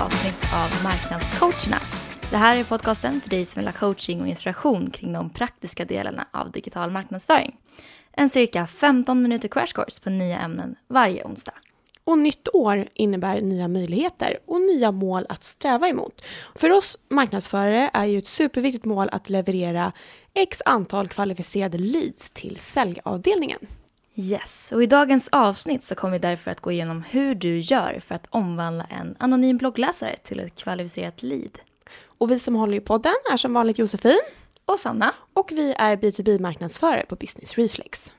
nya avsnitt av Marknadscoacherna. Det här är podcasten för dig som vill ha coaching och inspiration kring de praktiska delarna av digital marknadsföring. En cirka 15 minuter crash course på nya ämnen varje onsdag. Och nytt år innebär nya möjligheter och nya mål att sträva emot. För oss marknadsförare är ju ett superviktigt mål att leverera x antal kvalificerade leads till säljavdelningen. Yes, och i dagens avsnitt så kommer vi därför att gå igenom hur du gör för att omvandla en anonym bloggläsare till ett kvalificerat lead. Och vi som håller i podden är som vanligt Josefin Och Sanna. och vi är B2B-marknadsförare på Business Reflex.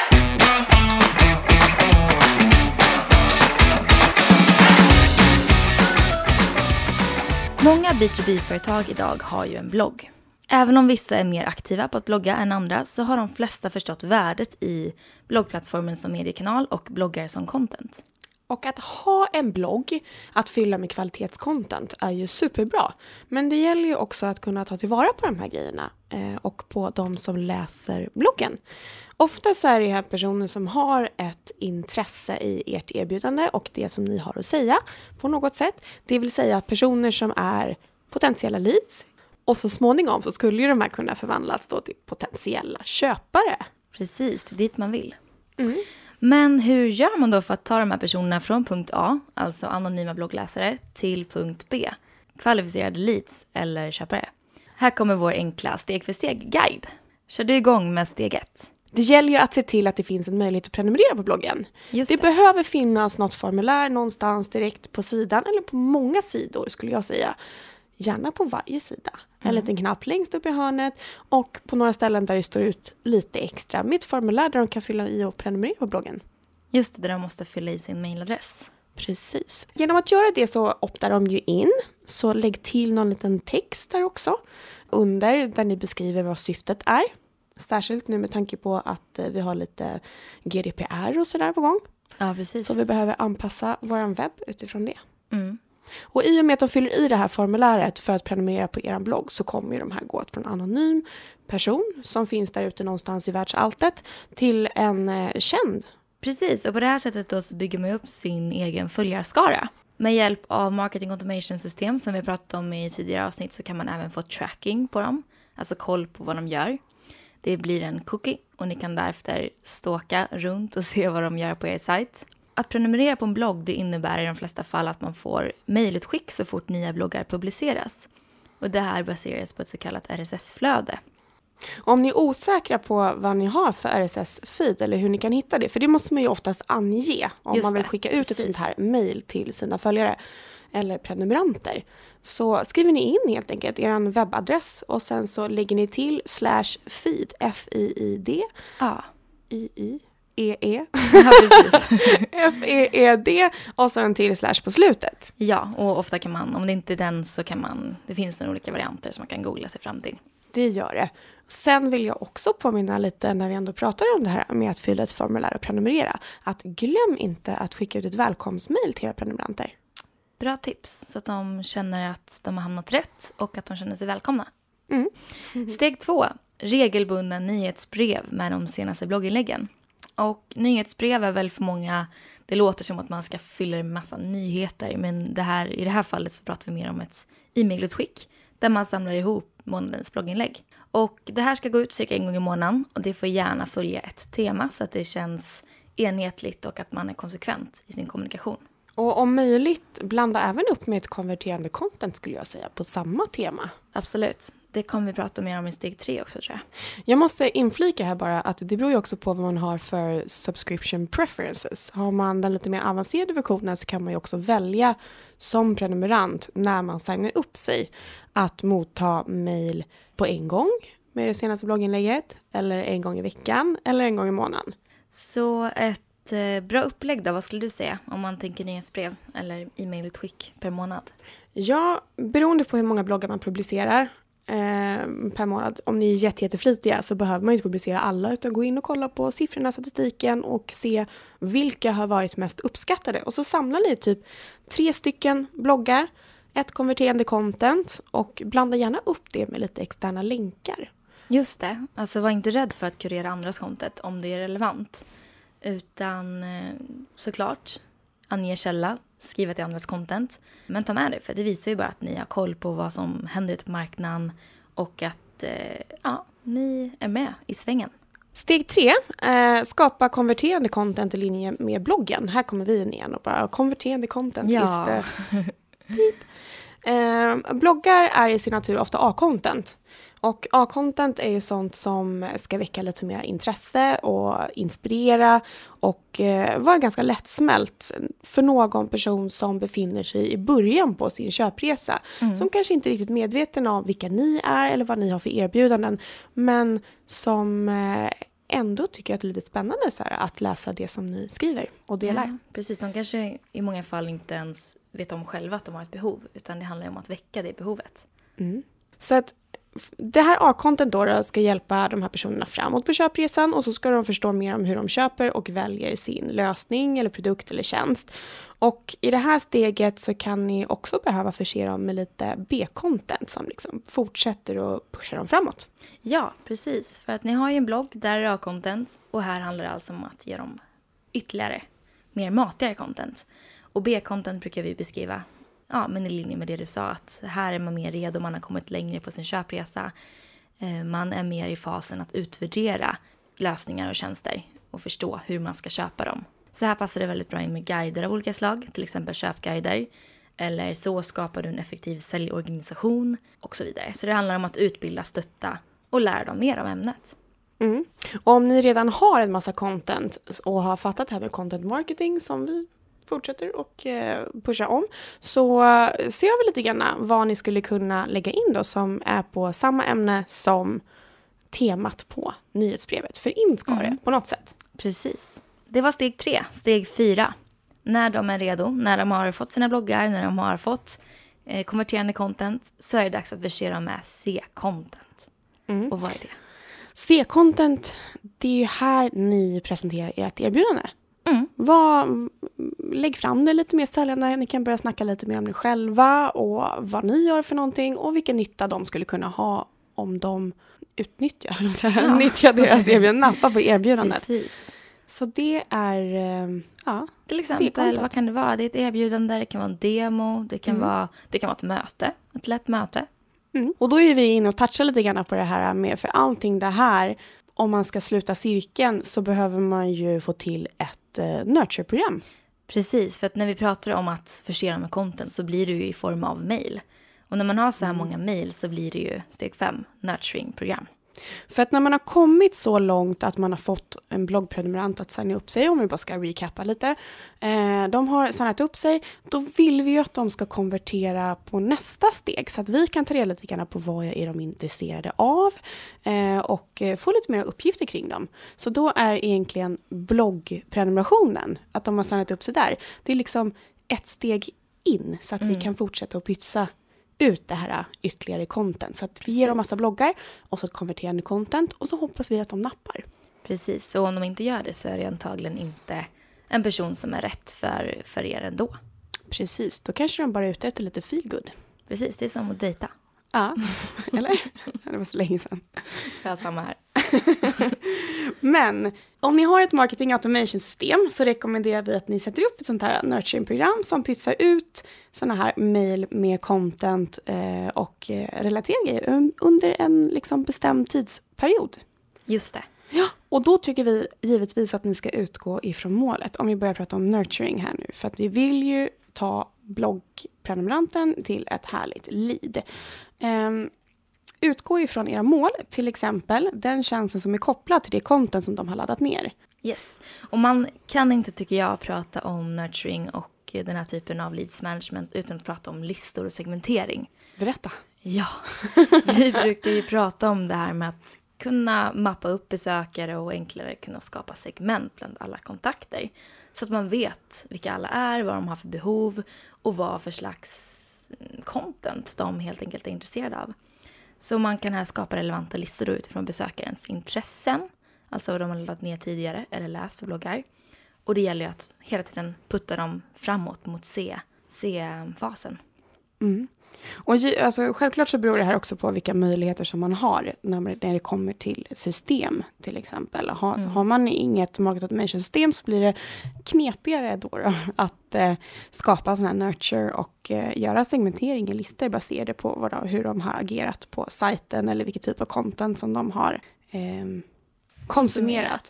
Många B2B-företag idag har ju en blogg. Även om vissa är mer aktiva på att blogga än andra så har de flesta förstått värdet i bloggplattformen som mediekanal och bloggar som content. Och att ha en blogg att fylla med kvalitetscontent är ju superbra. Men det gäller ju också att kunna ta tillvara på de här grejerna och på de som läser bloggen. Ofta så är det här personer som har ett intresse i ert erbjudande och det som ni har att säga på något sätt. Det vill säga personer som är potentiella leads. Och så småningom så skulle ju de här kunna förvandlas då till potentiella köpare. Precis, det är dit man vill. Men hur gör man då för att ta de här personerna från punkt A, alltså anonyma bloggläsare, till punkt B, kvalificerade leads eller köpare? Här kommer vår enkla steg-för-steg-guide. Kör du igång med steg 1? Det gäller ju att se till att det finns en möjlighet att prenumerera på bloggen. Det behöver finnas något formulär någonstans direkt på sidan eller på många sidor skulle jag säga. Gärna på varje sida. En liten knapp längst upp i hörnet och på några ställen där det står ut lite extra med ett formulär där de kan fylla i och prenumerera på bloggen. Just det, där de måste fylla i sin mailadress. Precis. Genom att göra det så optar de ju in. Så lägg till någon liten text där också. Under där ni beskriver vad syftet är. Särskilt nu med tanke på att vi har lite GDPR och sådär på gång. Ja, precis. Så vi behöver anpassa vår webb utifrån det. Mm. Och i och med att de fyller i det här formuläret för att prenumerera på er blogg så kommer ju de här gå från anonym person som finns där ute någonstans i världsalltet till en känd. Precis, och på det här sättet då så bygger man upp sin egen följarskara. Med hjälp av marketing automation system som vi pratat om i tidigare avsnitt så kan man även få tracking på dem. Alltså koll på vad de gör. Det blir en cookie och ni kan därefter stalka runt och se vad de gör på er sajt. Att prenumerera på en blogg det innebär i de flesta fall att man får mejlutskick så fort nya bloggar publiceras. Och det här baseras på ett så kallat RSS-flöde. Om ni är osäkra på vad ni har för RSS-feed eller hur ni kan hitta det, för det måste man ju oftast ange om man vill skicka ut ett sånt här mejl till sina följare eller prenumeranter. Så skriver ni in helt enkelt er webbadress och sen så lägger ni till /feed, F-I-I-D, I-I-E-E, Ja, precis. F-E-E-D och sen till / på slutet. Ja, och ofta kan man, om det inte är den så kan man, det finns några olika varianter som man kan googla sig fram till. Det gör det. Sen vill jag också påminna lite när vi ändå pratar om det här med att fylla ett formulär och prenumerera. Att glöm inte att skicka ut ett välkomstmejl till era prenumeranter. Bra tips, så att de känner att de har hamnat rätt och att de känner sig välkomna. Steg 2. Regelbundna nyhetsbrev med de senaste blogginläggen. Och nyhetsbrev är väl för många, det låter som att man ska fylla en massa nyheter. Men i det här fallet så pratar vi mer om ett e-mailutskick där man samlar ihop månadens blogginlägg. Och det här ska gå ut cirka en gång i månaden och det får gärna följa ett tema så att det känns enhetligt och att man är konsekvent i sin kommunikation. Och om möjligt blanda även upp med ett konverterande content skulle jag säga på samma tema. Absolut. Det kommer vi prata mer om i steg 3 också tror jag. Jag måste inflika här bara att det beror ju också på vad man har för subscription preferences. Har man den lite mer avancerade versionen så kan man ju också välja som prenumerant när man signar upp sig att motta mejl på en gång med det senaste blogginlägget eller en gång i veckan eller en gång i månaden. Så ett bra upplägg då, vad skulle du säga om man tänker nyhetsbrev eller e-mailutskick per månad? Ja, beroende på hur många bloggar man publicerar per månad. Om ni är jätteflitiga så behöver man inte publicera alla utan gå in och kolla på siffrorna, statistiken och se vilka har varit mest uppskattade. Och så samlar ni typ 3 stycken bloggar, ett konverterande content och blanda gärna upp det med lite externa länkar. Just det, alltså var inte rädd för att kurera andras content om det är relevant. Utan såklart ange källa, skriva till andras content. Men ta med det, för det visar ju bara att ni har koll på vad som händer ute på marknaden och att ni är med i svängen. Steg 3, skapa konverterande content i linje med bloggen. Här kommer vi in igen och bara konverterande content. Ja. Bloggar är i sin natur ofta A-content. Och A-content är ju sånt som ska väcka lite mer intresse och inspirera och vara ganska lättsmält för någon person som befinner sig i början på sin köpresa. Som kanske inte är riktigt medveten om vilka ni är eller vad ni har för erbjudanden, men som ändå tycker att det är lite spännande så här, att läsa det som ni skriver och delar. Ja, precis, de kanske i många fall inte ens vet om själva att de har ett behov, utan det handlar om att väcka det behovet. Så att det här A-content då ska hjälpa de här personerna framåt på köpresan och så ska de förstå mer om hur de köper och väljer sin lösning eller produkt eller tjänst. Och i det här steget så kan ni också behöva förse dem med lite B-content som liksom fortsätter och pushar dem framåt. Ja, precis. För att ni har ju en blogg där är det A-content och här handlar det alltså om att ge dem ytterligare, mer matigare content. Och B-content brukar vi beskriva men i linje med det du sa, att här är man mer redo, man har kommit längre på sin köpresa. Man är mer i fasen att utvärdera lösningar och tjänster och förstå hur man ska köpa dem. Så här passar det väldigt bra in med guider av olika slag, till exempel köpguider. Eller så skapar du en effektiv säljorganisation och så vidare. Så det handlar om att utbilda, stötta och lära dem mer om ämnet. Och om ni redan har en massa content och har fattat det här med content marketing som vi fortsätter och pusha om, så ser vi lite grann vad ni skulle kunna lägga in då som är på samma ämne som temat på nyhetsbrevet. För in ska det på något sätt. Precis. Det var steg 3. Steg 4. När de är redo, när de har fått sina bloggar, när de har fått konverterande content, så är det dags att förse dem med C-content. Och vad är det? C-content, det är ju här ni presenterar ert erbjudande. Lägg fram det lite mer säljande. Ni kan börja snacka lite mer om er själva och vad ni gör för någonting och vilken nytta de skulle kunna ha om de nyttjar deras erbjudande, nappar på erbjudandet. Precis. Så det är till exempel, vad kan det vara? Det är ett erbjudande, det kan vara en demo, det kan vara ett möte, ett lätt möte. Och då är vi inne och touchar lite grann på det här med, för allting det här, om man ska sluta cirkeln så behöver man ju få till ett nurture-program. Precis, för att när vi pratar om att förse dem med content så blir det ju i form av mail. Och när man har så här många mail så blir det ju steg 5, nurturing-program. För att när man har kommit så långt att man har fått en bloggprenumerant att signa upp sig, om vi bara ska recappa lite, de har signat upp sig, då vill vi ju att de ska konvertera på nästa steg så att vi kan ta reda lite grann på vad är de intresserade av och få lite mer uppgifter kring dem. Så då är egentligen bloggprenumerationen, att de har signat upp sig där, det är liksom ett steg in så att vi kan fortsätta att pytsa ut det här ytterligare content. Så att vi ger dem massa bloggar och så ett konverterande content och så hoppas vi att de nappar. Precis, så om de inte gör det så är det antagligen inte en person som är rätt för er ändå. Precis, då kanske de bara är ute efter lite feel good. Precis, det är som att dejta. Ja, eller? Det var så länge sedan. Ja, samma här. Men om ni har ett marketing automation system så rekommenderar vi att ni sätter upp ett sånt här nurturing-program som pytsar ut såna här mail med content och relaterade grejer under en liksom bestämd tidsperiod. Just det. Ja, och då tycker vi givetvis att ni ska utgå ifrån målet. Om vi börjar prata om nurturing här nu. För att vi vill ju ta bloggprenumeranten till ett härligt lead. Utgå ifrån era mål, till exempel den tjänsten som är kopplad till det content som de har laddat ner. Yes, och man kan inte, tycker jag, prata om nurturing och den här typen av leads management utan att prata om listor och segmentering. Berätta. Ja, vi brukar ju prata om det här med att kunna mappa upp besökare och enklare kunna skapa segment bland alla kontakter. Så att man vet vilka alla är, vad de har för behov och vad för slags content de helt enkelt är intresserade av. Så man kan här skapa relevanta listor utifrån besökarens intressen. Alltså vad de har laddat ner tidigare eller läst för bloggar. Och det gäller ju att hela tiden putta dem framåt mot C-fasen. Och alltså, självklart så beror det här också på vilka möjligheter som man har när det kommer till system till exempel. Har man inget market automation-system så blir det knepigare då att skapa sån här nurture och göra segmentering i listor baserade på hur de har agerat på sajten eller vilken typ av content som de har konsumerat.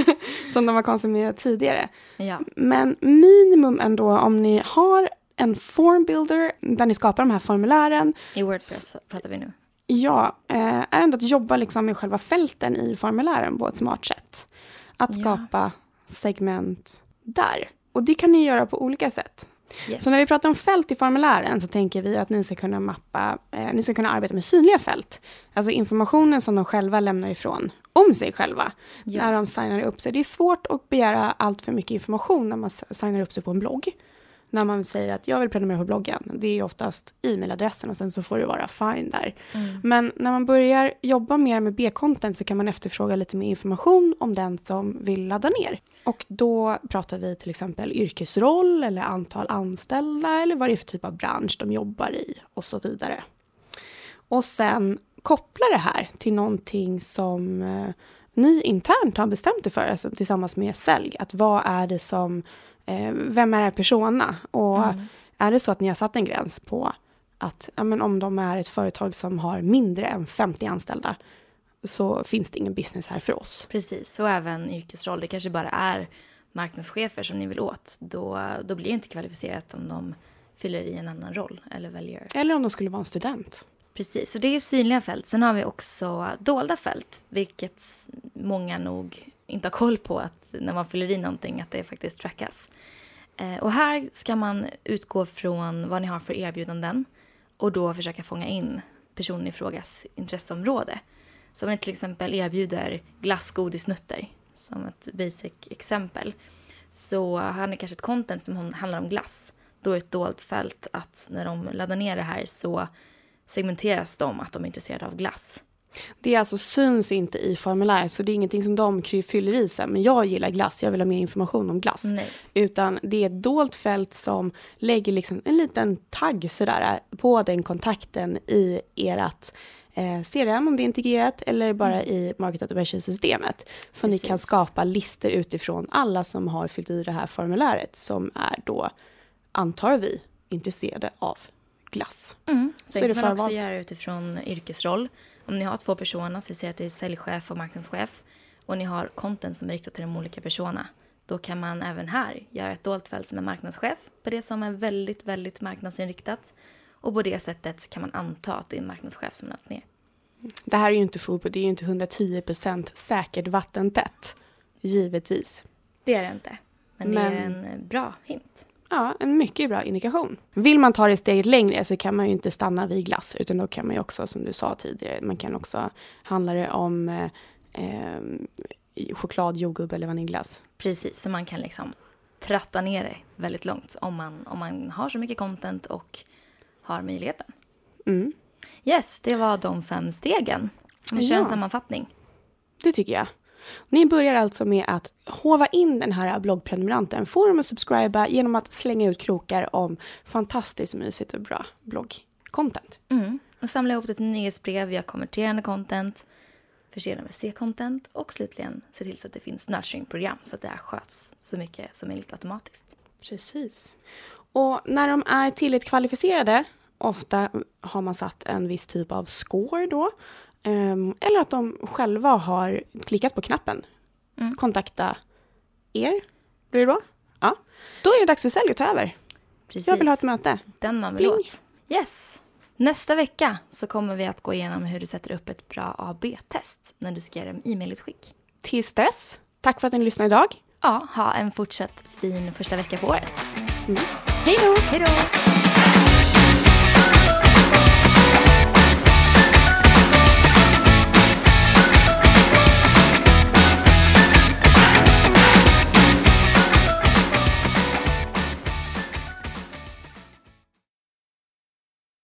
Som de har konsumerat tidigare. Ja. Men minimum ändå om ni har en form builder där ni skapar de här formulären. I WordPress pratar vi nu. Ja, är ändå att jobba liksom med själva fälten i formulären på ett smart sätt. Att skapa segment där. Och det kan ni göra på olika sätt. Yes. Så när vi pratar om fält i formulären så tänker vi att ni ska kunna ni ska kunna arbeta med synliga fält. Alltså informationen som de själva lämnar ifrån om sig själva när de signar upp sig. Det är svårt att begära allt för mycket information när man signar upp sig på en blogg. När man säger att jag vill prenumerera på bloggen. Det är oftast e-mailadressen och sen så får det vara fine där. Men när man börjar jobba mer med B-content så kan man efterfråga lite mer information om den som vill ladda ner. Och då pratar vi till exempel yrkesroll eller antal anställda eller vad det är för typ av bransch de jobbar i och så vidare. Och sen koppla det här till någonting som ni internt har bestämt er för, alltså tillsammans med sälj. Att vad är det som vem är persona? Och är det så att ni har satt en gräns på att om de är ett företag som har mindre än 50 anställda så finns det ingen business här för oss. Precis, och även yrkesroll. Det kanske bara är marknadschefer som ni vill åt. Då blir det inte kvalificerat om de fyller i en annan roll eller väljer. Eller om de skulle vara en student. Precis, så det är synliga fält. Sen har vi också dolda fält, vilket många nog inte har koll på att när man fyller i någonting att det faktiskt trackas. Och här ska man utgå från vad ni har för erbjudanden och då försöka fånga in personen i frågas intresseområde. Så om ni till exempel erbjuder glassgodisnötter som ett basic exempel så har ni kanske ett content som handlar om glass. Då är det ett dolt fält att när de laddar ner det här så segmenteras de att de är intresserade av glass. Det alltså syns inte i formuläret så det är ingenting som de fyller i sig. Men jag gillar glass, jag vill ha mer information om glass. Nej. Utan det är ett dolt fält som lägger liksom en liten tagg sådär på den kontakten i ert CRM om det är integrerat eller bara i market automation-systemet. Så Precis. Ni kan skapa listor utifrån alla som har fyllt i det här formuläret som är då, antar vi, intresserade av glass. Så det kan man också göra utifrån yrkesroll. Om ni har 2 personer, så vi säger att det är säljchef och marknadschef och ni har content som är riktat till de olika personerna, då kan man även här göra ett dolt fält som är marknadschef på det som är väldigt, väldigt marknadsinriktat och på det sättet kan man anta att det är en marknadschef som lagt ner. Det här är ju inte full, det är ju inte 110% säkert vattentätt, givetvis. Det är det inte, men det är en bra hint. Ja, en mycket bra indikation. Vill man ta det steget längre så kan man ju inte stanna vid glass utan då kan man ju också, som du sa tidigare, man kan också handla det om choklad, jordgubb eller vaniljglass. Precis, så man kan liksom tratta ner det väldigt långt om man har så mycket content och har möjligheten. Yes, det var de 5 stegen. Vi kör en sammanfattning. Det tycker jag. Ni börjar alltså med att hova in den här bloggprenumeranten. Få dem att subscriba genom att slänga ut krokar om fantastiskt mysigt och bra bloggcontent. Och samla ihop det till nyhetsbrev via konverterande content, förse dem med C-content och slutligen se till så att det finns nurturing-program så att det här sköts så mycket som möjligt automatiskt. Precis. Och när de är tillräckligt kvalificerade, ofta har man satt en viss typ av score då. Eller att de själva har klickat på knappen. Kontakta er. Blir det då? Ja. Då är det dags för sälj att ta över. Precis. Jag vill ha ett möte. Den man vill åt. Yes. Nästa vecka så kommer vi att gå igenom hur du sätter upp ett bra AB-test när du ska göra en e-mailutskick. Tills dess, tack för att ni lyssnade idag. Ja, ha en fortsatt fin första vecka på året. Hej då! Hej då!